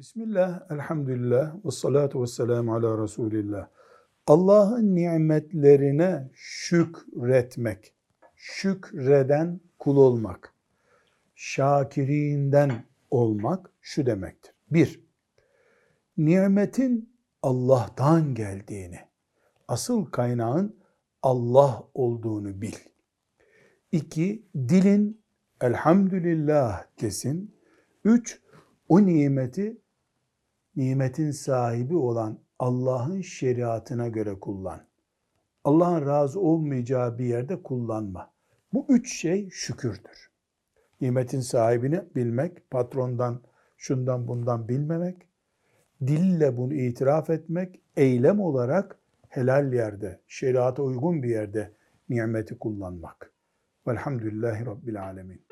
Bismillah, elhamdülillah, ve salatu ve selamu ala Resulillah. Allah'ın nimetlerine şükretmek, şükreden kul olmak, şakirinden olmak şu demektir. Bir, nimetin Allah'tan geldiğini, asıl kaynağın Allah olduğunu bil. İki, dilin elhamdülillah desin. Üç, o nimetin sahibi olan Allah'ın şeriatına göre kullan. Allah'ın razı olmayacağı bir yerde kullanma. Bu üç şey şükürdür. Nimetin sahibini bilmek, patrondan, şundan bundan bilmemek, dille bunu itiraf etmek, eylem olarak helal yerde, şeriata uygun bir yerde nimeti kullanmak. Velhamdülillahi Rabbil alemin.